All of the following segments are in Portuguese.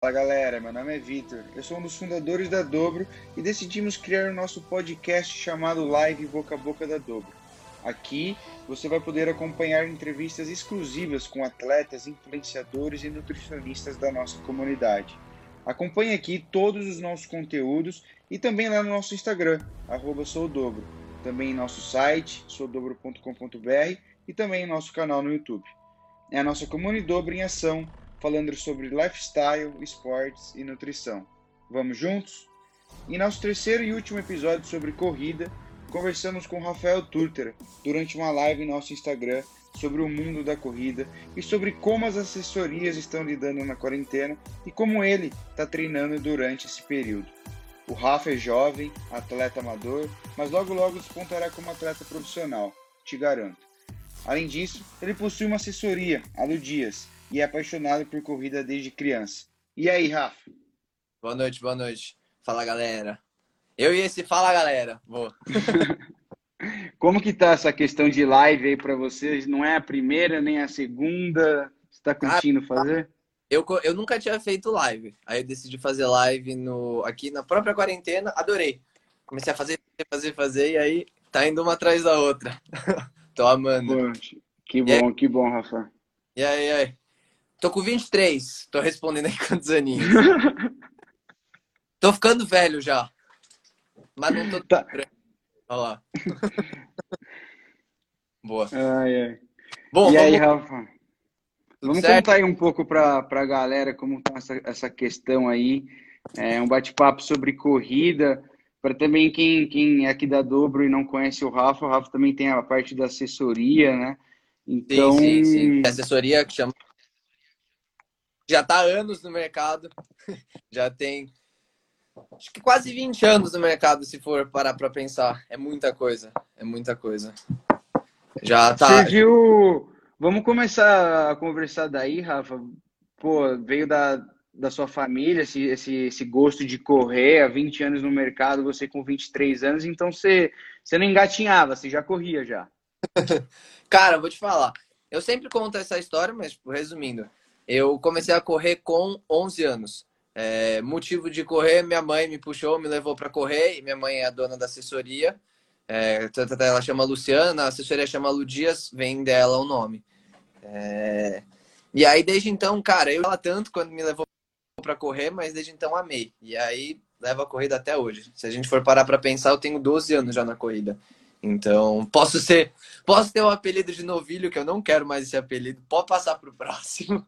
Fala galera, meu nome é Vitor, eu sou um dos fundadores da Dobro e decidimos criar o nosso podcast chamado Live Boca a Boca da Dobro. Aqui você vai poder acompanhar entrevistas exclusivas com atletas, influenciadores e nutricionistas da nossa comunidade. Acompanhe aqui todos os nossos conteúdos e também lá no nosso Instagram, @soudobro, também em nosso site, soudobro.com.br e também em nosso canal no YouTube. É a nossa comunidade Dobro em ação, falando sobre lifestyle, esportes e nutrição. Vamos juntos? Em nosso terceiro e último episódio sobre corrida, conversamos com Rafael Turtera durante uma live em nosso Instagram sobre o mundo da corrida e sobre como as assessorias estão lidando na quarentena e como ele está treinando durante esse período. O Rafa é jovem, atleta amador, mas logo logo despontará como atleta profissional, te garanto. Além disso, ele possui uma assessoria, a Ludias, e é apaixonado por corrida desde criança. E aí, Rafa? Boa noite, boa noite. Fala, galera. Eu e esse Fala, galera. Boa. Como que tá essa questão de live aí pra vocês? Não é a primeira nem a segunda? Você tá Cara, curtindo fazer? eu nunca tinha feito live. Aí eu decidi fazer live aqui na própria quarentena. Adorei. Comecei a fazer, e aí tá indo uma atrás da outra. Tô amando. Pô, E aí, que bom, Rafa. e aí? Tô com 23. Tô respondendo aí quantos aninhos. Tô ficando velho já, mas não tô... Tá. Olha lá. Boa. Ai, ai. Bom, E aí, vamos... Rafa? Tudo Vamos certo? contar aí um pouco pra galera como tá essa questão aí. É um bate-papo sobre corrida. Para também quem é aqui da Dobro e não conhece o Rafa também tem a parte da assessoria, né? Sim, Então, sim, sim. Assessoria que chama... Já tá há anos no mercado. Já tem... Acho que quase 20 anos no mercado, se for parar pra pensar. É muita coisa. É muita coisa. Já você tá. viu. Vamos começar a conversar daí, Rafa. Pô, veio da sua família esse gosto de correr há 20 anos no mercado, você com 23 anos, então você não engatinhava, você já corria já. Cara, vou te falar. Eu sempre conto essa história, mas tipo, resumindo, eu comecei a correr com 11 anos. Motivo de correr, minha mãe me puxou, me levou para correr, e minha mãe é a dona da assessoria. Ela chama Luciana, a assessoria chama Ludias, vem dela o nome. E aí, desde então, cara, eu ela tanto quando me levou para correr, mas desde então amei. E aí leva a corrida até hoje. Se a gente for parar para pensar, eu tenho 12 anos já na corrida. Então, posso ter o apelido de novilho, que eu não quero mais esse apelido. Pode passar pro próximo.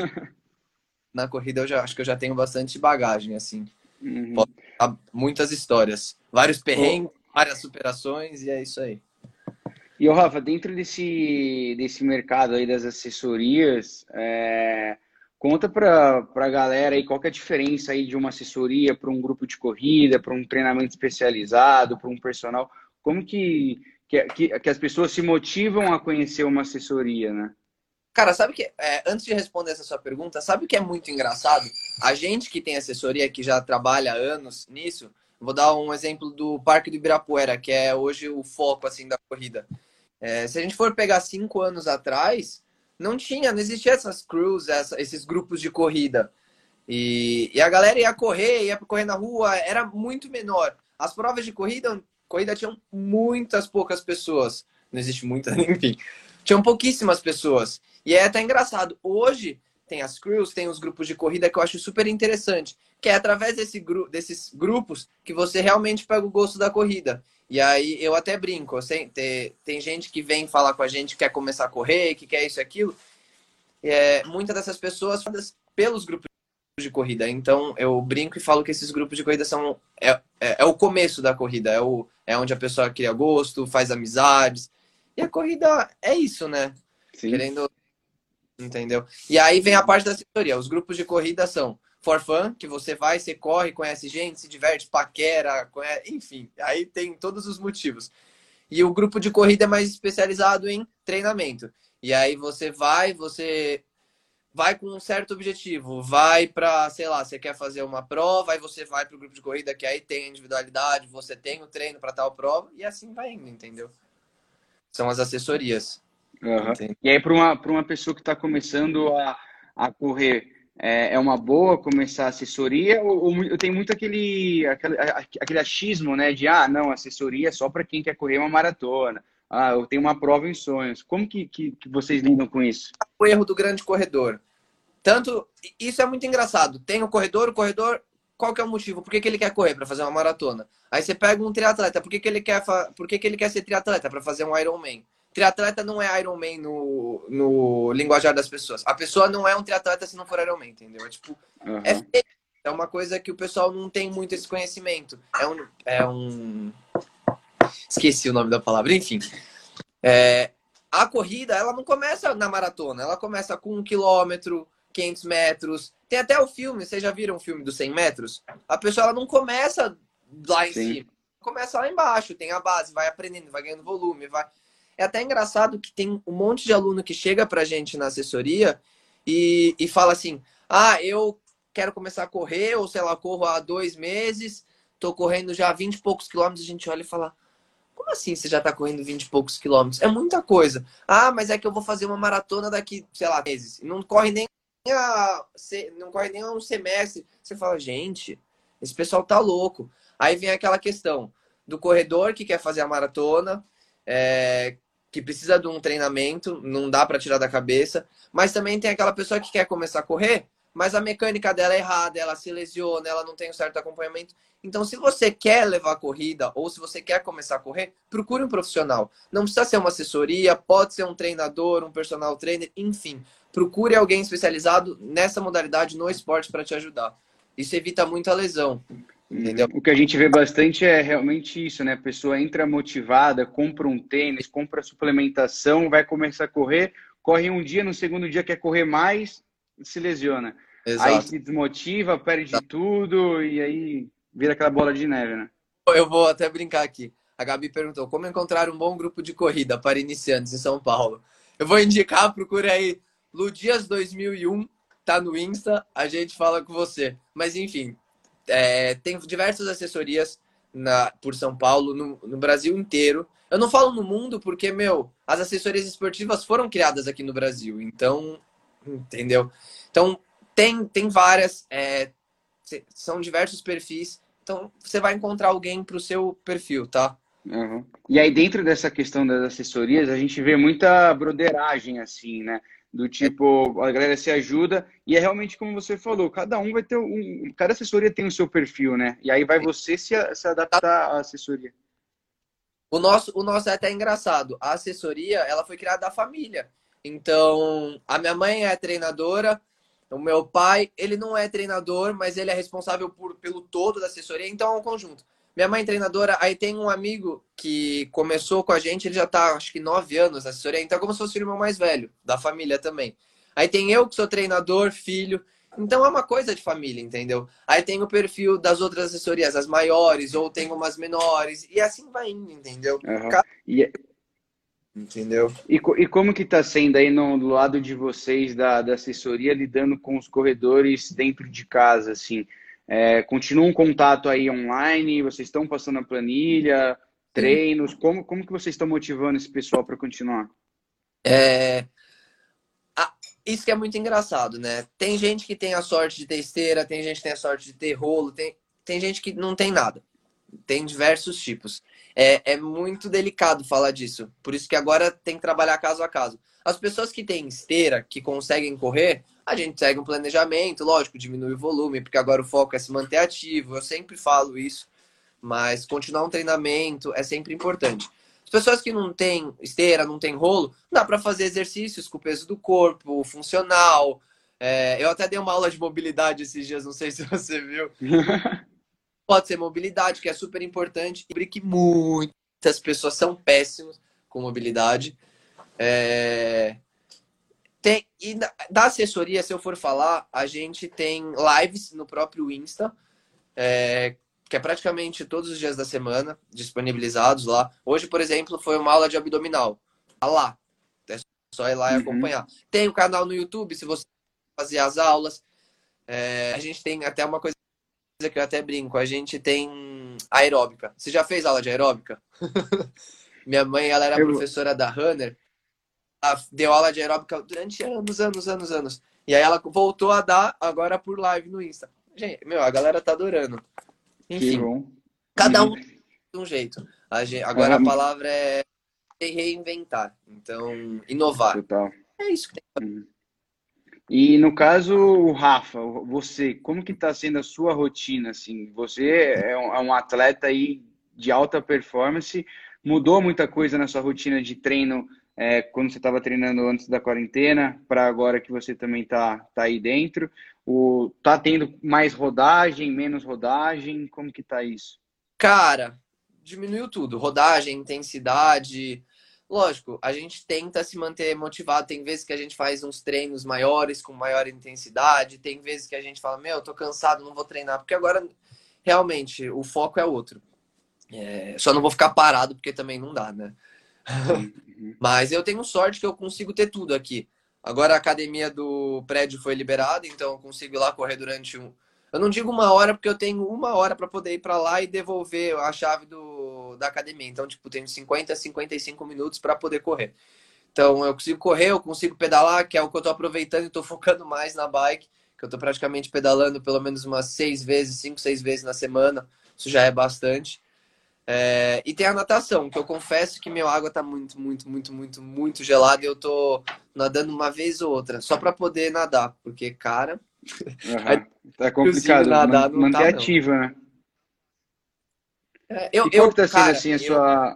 Na corrida eu já acho que eu já tenho bastante bagagem assim. Posso Uhum. contar muitas histórias, vários perrengues, Ô, várias superações e é isso aí. e o Rafa, dentro desse mercado aí das assessorias, conta para a galera aí qual que é a diferença aí de uma assessoria para um grupo de corrida, para um treinamento especializado, para um personal. Como que as pessoas se motivam a conhecer uma assessoria, né? Cara, sabe que, antes de responder essa sua pergunta, sabe o que é muito engraçado? A gente que tem assessoria, que já trabalha há anos nisso, vou dar um exemplo do Parque do Ibirapuera, que é hoje o foco, assim, da corrida. Se a gente for pegar 5 anos atrás, não existia essas crews, esses grupos de corrida. E a galera ia correr na rua, era muito menor. As provas de corrida tinham muitas poucas pessoas. Não existe muita, enfim. Tinham pouquíssimas pessoas. E é até engraçado. Hoje tem as crews, tem os grupos de corrida que eu acho super interessante. Que é através desses grupos que você realmente pega o gosto da corrida. E aí eu até brinco. Tem gente que vem falar com a gente que quer começar a correr, que quer isso e aquilo. Muitas dessas pessoas pelos grupos de corrida. Então eu brinco e falo que esses grupos de corrida é o começo da corrida, é onde a pessoa cria gosto, faz amizades. E a corrida é isso, né? Sim. Querendo, entendeu? E aí vem a parte da assessoria. Os grupos de corrida são for fun, que você vai, você corre, conhece gente, se diverte, paquera, enfim. Aí tem todos os motivos. E o grupo de corrida é mais especializado em treinamento. E aí você vai com um certo objetivo, vai para, sei lá, você quer fazer uma prova, aí você vai para o grupo de corrida que aí tem a individualidade, você tem o treino para tal prova e assim vai indo, entendeu? São as assessorias, Aham. entende? E aí, para uma pessoa que está começando a correr, é uma boa começar a assessoria ou tem muito aquele achismo, né, de, não, assessoria é só para quem quer correr uma maratona. Eu tenho uma prova em sonhos. Como que vocês lidam com isso? O erro do grande corredor. Tanto, isso é muito engraçado. Tem o corredor, qual que é o motivo? Por que ele quer correr? Para fazer uma maratona. Aí você pega um triatleta, por que ele quer ser triatleta? Para fazer um Ironman. Triatleta não é Ironman no linguajar das pessoas. A pessoa não é um triatleta se não for Ironman, entendeu? É tipo, é Uhum. feio. É uma coisa que o pessoal não tem muito esse conhecimento. Esqueci o nome da palavra. Enfim, a corrida, ela não começa na maratona. Ela começa com 1 quilômetro, 500 metros. Tem até o filme, vocês já viram o filme dos 100 metros? A pessoa ela não começa lá em Sim. cima. Começa lá embaixo, tem a base, vai aprendendo, vai ganhando volume, vai... É até engraçado que tem um monte de aluno que chega pra gente na assessoria e fala assim, eu quero começar a correr, ou sei lá, corro há 2 meses, tô correndo já 20 e poucos quilômetros, a gente olha e fala, como assim você já tá correndo 20 e poucos quilômetros? É muita coisa. Mas é que eu vou fazer uma maratona daqui, sei lá, meses. Não corre nem não corre nem um semestre. Você fala, gente, esse pessoal tá louco. Aí vem aquela questão do corredor que quer fazer a maratona, que precisa de um treinamento, não dá para tirar da cabeça, mas também tem aquela pessoa que quer começar a correr, mas a mecânica dela é errada, ela se lesiona, ela não tem um certo acompanhamento. Então, se você quer levar a corrida ou se você quer começar a correr, procure um profissional. Não precisa ser uma assessoria, pode ser um treinador, um personal trainer, enfim. Procure alguém especializado nessa modalidade no esporte para te ajudar. Isso evita muito a lesão, entendeu? O que a gente vê bastante é realmente isso, né? A pessoa entra motivada, compra um tênis, compra suplementação, vai começar a correr, corre um dia, no segundo dia quer correr mais, se lesiona. Aí Exato. se desmotiva, perde tudo e aí vira aquela bola de neve, né? Eu vou até brincar aqui. A Gabi perguntou como encontrar um bom grupo de corrida para iniciantes em São Paulo. Eu vou indicar, procure aí Ludias 2001, tá no Insta, a gente fala com você. Mas enfim, tem diversas assessorias por São Paulo, no Brasil inteiro. Eu não falo no mundo porque, as assessorias esportivas foram criadas aqui no Brasil. Então, entendeu? Então, tem várias, são diversos perfis. Então, você vai encontrar alguém para o seu perfil, tá? Uhum. E aí, dentro dessa questão das assessorias, a gente vê muita broderagem, assim, né? Do tipo, a galera se ajuda, e é realmente como você falou, cada um vai ter cada assessoria tem o seu perfil, né? E aí vai você se adaptar à assessoria. O nosso é até engraçado. A assessoria, ela foi criada da família. Então, a minha mãe é treinadora, o meu pai, ele não é treinador, mas ele é responsável pelo todo da assessoria, então é um conjunto. Minha mãe é treinadora, aí tem um amigo que começou com a gente, ele já tá, acho que 9 anos na assessoria, então é como se fosse o irmão mais velho, da família também. Aí tem eu que sou treinador, filho, então é uma coisa de família, entendeu? Aí tem o perfil das outras assessorias, as maiores, ou tem umas menores, e assim vai indo, entendeu? Uhum. E, Entendeu? e como que está sendo aí do lado de vocês da assessoria lidando com os corredores dentro de casa, assim? Continua um contato aí online? Vocês estão passando a planilha, Sim. treinos? Como que vocês estão motivando esse pessoal para continuar? É, isso que é muito engraçado, né? Tem gente que tem a sorte de ter esteira, tem gente que tem a sorte de ter rolo, tem gente que não tem nada. Tem diversos tipos. É muito delicado falar disso. Por isso que agora tem que trabalhar caso a caso. As pessoas que têm esteira, que conseguem correr, a gente segue um planejamento, lógico, diminui o volume, porque agora o foco é se manter ativo. Eu sempre falo isso, mas continuar um treinamento é sempre importante. As pessoas que não têm esteira, não têm rolo, dá para fazer exercícios com o peso do corpo, funcional. Eu até dei uma aula de mobilidade esses dias, não sei se você viu. Pode ser mobilidade, que é super importante, e que muitas pessoas são péssimas com mobilidade. E da assessoria, se eu for falar, a gente tem lives no próprio Insta, que é praticamente todos os dias da semana, disponibilizados lá. Hoje, por exemplo, foi uma aula de abdominal. Tá lá. É só ir lá e Uhum. acompanhar. Tem o canal no YouTube, se você fazer as aulas. A gente tem até uma coisa que eu até brinco, a gente tem aeróbica. Você já fez aula de aeróbica? Minha mãe, ela era Eu, professora da Runner, ela deu aula de aeróbica durante anos, anos, anos, anos. E aí ela voltou a dar agora por live no Insta. Gente, meu, a galera tá adorando. Que Enfim, bom. cada Uhum. um de um jeito. Agora a Aham, palavra é reinventar. Então, inovar. total. É isso que tem. Uhum. E no caso, o Rafa, você, como que está sendo a sua rotina, assim? Você é um atleta aí de alta performance, mudou muita coisa na sua rotina de treino, quando você estava treinando antes da quarentena, para agora que você também tá aí dentro? Tá tendo mais rodagem, menos rodagem? Como que tá isso? Cara, diminuiu tudo. Rodagem, intensidade. Lógico, a gente tenta se manter motivado. Tem vezes que a gente faz uns treinos maiores, com maior intensidade. Tem vezes que a gente fala, meu, eu tô cansado, não vou treinar. Porque agora, realmente, o foco é outro. Só não vou ficar parado, porque também não dá, né? Uhum. Mas eu tenho sorte que eu consigo ter tudo aqui. Agora a academia do prédio foi liberada, então eu consigo ir lá correr durante um. Eu não digo uma hora, porque eu tenho uma hora para poder ir para lá e devolver a chave da academia. Então, tipo, tenho 50, 55 minutos para poder correr. Então, eu consigo correr, eu consigo pedalar, que é o que eu tô aproveitando e tô focando mais na bike, que eu tô praticamente pedalando pelo menos umas 6 vezes, 5, 6 vezes na semana. Isso já é bastante. E tem a natação, que eu confesso que minha água tá muito, muito, muito, muito, muito gelada e eu tô nadando uma vez ou outra, só pra poder nadar, porque, cara, aí Aham. Tá friozinho complicado nadar não manter tá, não. ativa, né? É, E qual que tá sendo cara, assim a sua...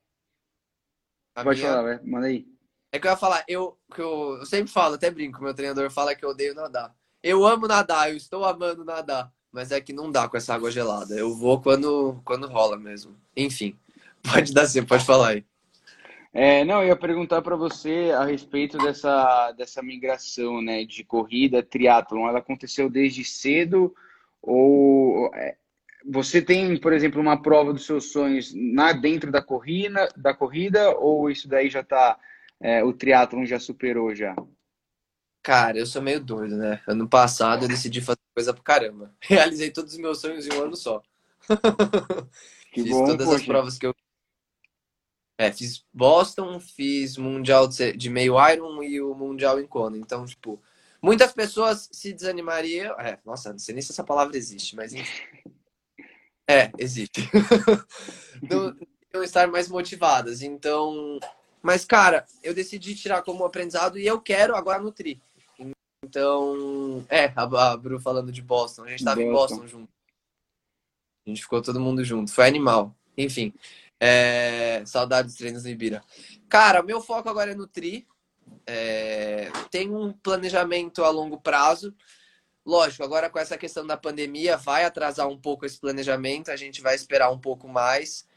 a Pode falar, minha. vai, manda aí. É que eu ia falar, eu sempre falo, até brinco, meu treinador fala que eu odeio nadar. Eu amo nadar, eu estou amando nadar, mas é que não dá com essa água gelada. Eu vou quando rola mesmo. Enfim, pode dar sim, pode falar aí. Não, eu ia perguntar para você a respeito dessa migração, né, de corrida, triatlon. Ela aconteceu desde cedo ou você tem, por exemplo, uma prova dos seus sonhos dentro da corrida, ou isso daí já tá, o triatlon já superou já? Cara, eu sou meio doido, né? Ano passado eu decidi fazer coisa pro caramba. Realizei todos os meus sonhos em um ano só. Que Fiz bom, todas as poxa. provas que eu. Fiz Boston, fiz Mundial de meio Iron e o Mundial em Kona. Então, tipo, muitas pessoas se desanimariam. Nossa, não sei nem se essa palavra existe, mas enfim. Existe. Não, não estar mais motivadas. Então. Mas, cara, eu decidi tirar como aprendizado e eu quero agora nutrir. Então, a Bru falando de Boston. A gente tava em Boston. Boston junto. A gente ficou todo mundo junto. Foi animal. Enfim, saudades dos treinos no Ibira. Cara, meu foco agora é nutrir. Tem um planejamento a longo prazo. Lógico, agora com essa questão da pandemia, vai atrasar um pouco esse planejamento. A gente vai esperar um pouco mais.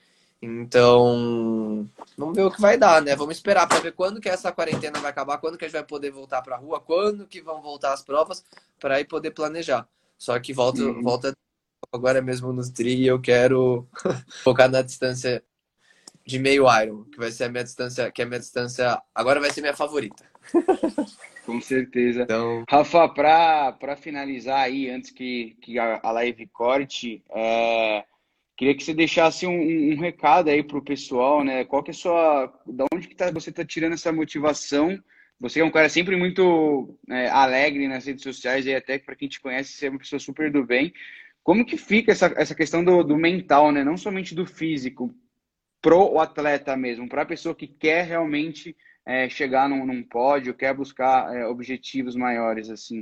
Então, vamos ver o que vai dar, né? Vamos esperar para ver quando que essa quarentena vai acabar, quando que a gente vai poder voltar para a rua, quando que vão voltar as provas, para aí poder planejar. Só que Uhum. volta agora mesmo nos tri e eu quero focar na distância de meio Iron, que vai ser a minha distância, que é a minha distância, agora vai ser minha favorita. Com certeza. Então, Rafa, para finalizar aí, antes que a live corte, queria que você deixasse um recado aí para o pessoal, né? Qual que é a da onde que você está tirando essa motivação? Você é um cara sempre muito alegre nas redes sociais, e até para quem te conhece, você é uma pessoa super do bem. Como que fica essa questão do mental, né? Não somente do físico, pro atleta mesmo, para a pessoa que quer realmente chegar num pódio, quer buscar objetivos maiores, assim.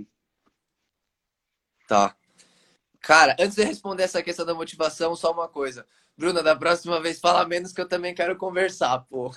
tá. Cara, antes de responder essa questão da motivação, só uma coisa. Bruna, da próxima vez fala menos que eu também quero conversar, pô.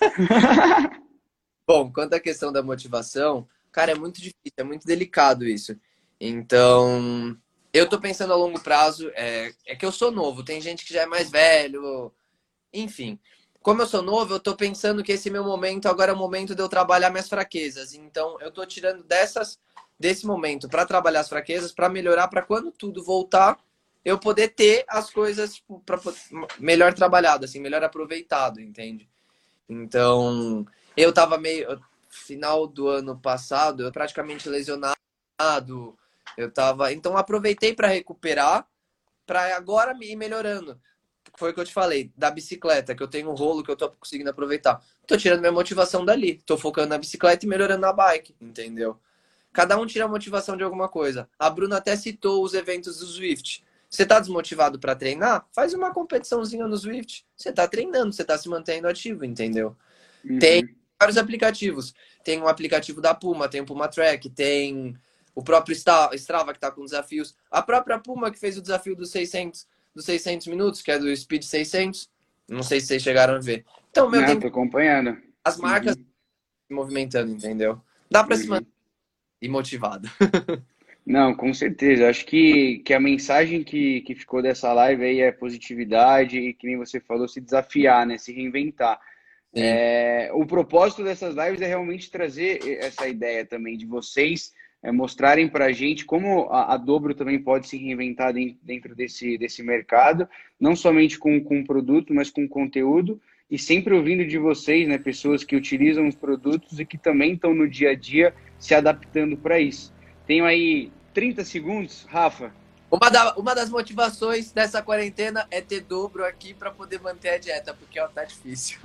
Bom, quanto à questão da motivação, cara, é muito difícil, é muito delicado isso. Então, eu tô pensando a longo prazo, é que eu sou novo, tem gente que já é mais velho, enfim. Como eu sou novo, eu tô pensando que esse meu momento agora é o momento de eu trabalhar minhas fraquezas. Então, eu tô tirando desse momento para trabalhar as fraquezas, para melhorar, para quando tudo voltar, eu poder ter as coisas para melhor trabalhado, assim, melhor aproveitado, entende? Então, eu tava meio. Final do ano passado, eu praticamente lesionado. Eu tava. Então, aproveitei para recuperar, para agora me ir melhorando. Foi o que eu te falei, da bicicleta, que eu tenho um rolo que eu tô conseguindo aproveitar. Tô tirando minha motivação dali. Tô focando na bicicleta e melhorando na bike, entendeu? Cada um tira a motivação de alguma coisa. A Bruna até citou os eventos do Zwift. Você tá desmotivado para treinar? Faz uma competiçãozinha no Zwift. Você tá treinando, você tá se mantendo ativo, entendeu? Tem vários aplicativos. Tem um aplicativo da Puma, tem o Puma Track, tem o próprio Strava que tá com desafios. A própria Puma que fez o desafio dos 600 minutos, que é do Speed 600. Não sei se vocês chegaram a ver. Então, meu, Não, tô acompanhando. as marcas se movimentando, entendeu? Dá para se manter motivado. Não, com certeza. Acho que a mensagem que ficou dessa live aí é positividade e, que nem você falou, se desafiar, né? Se reinventar. Sim. O propósito dessas lives é realmente trazer essa ideia também de vocês mostrarem para a gente como a Dobro também pode se reinventar dentro desse mercado, não somente com produto, mas com conteúdo, e sempre ouvindo de vocês, né? Pessoas que utilizam os produtos e que também estão no dia a dia se adaptando para isso. Tenho aí 30 segundos, Rafa. Uma das motivações dessa quarentena é ter Dobro aqui para poder manter a dieta, porque ó, tá difícil.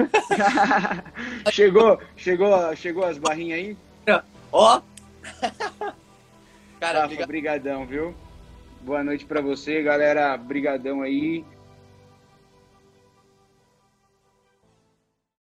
chegou as barrinhas aí? Ó! Cara, Rafa, brigadão, viu? Boa noite para você, galera. Brigadão aí.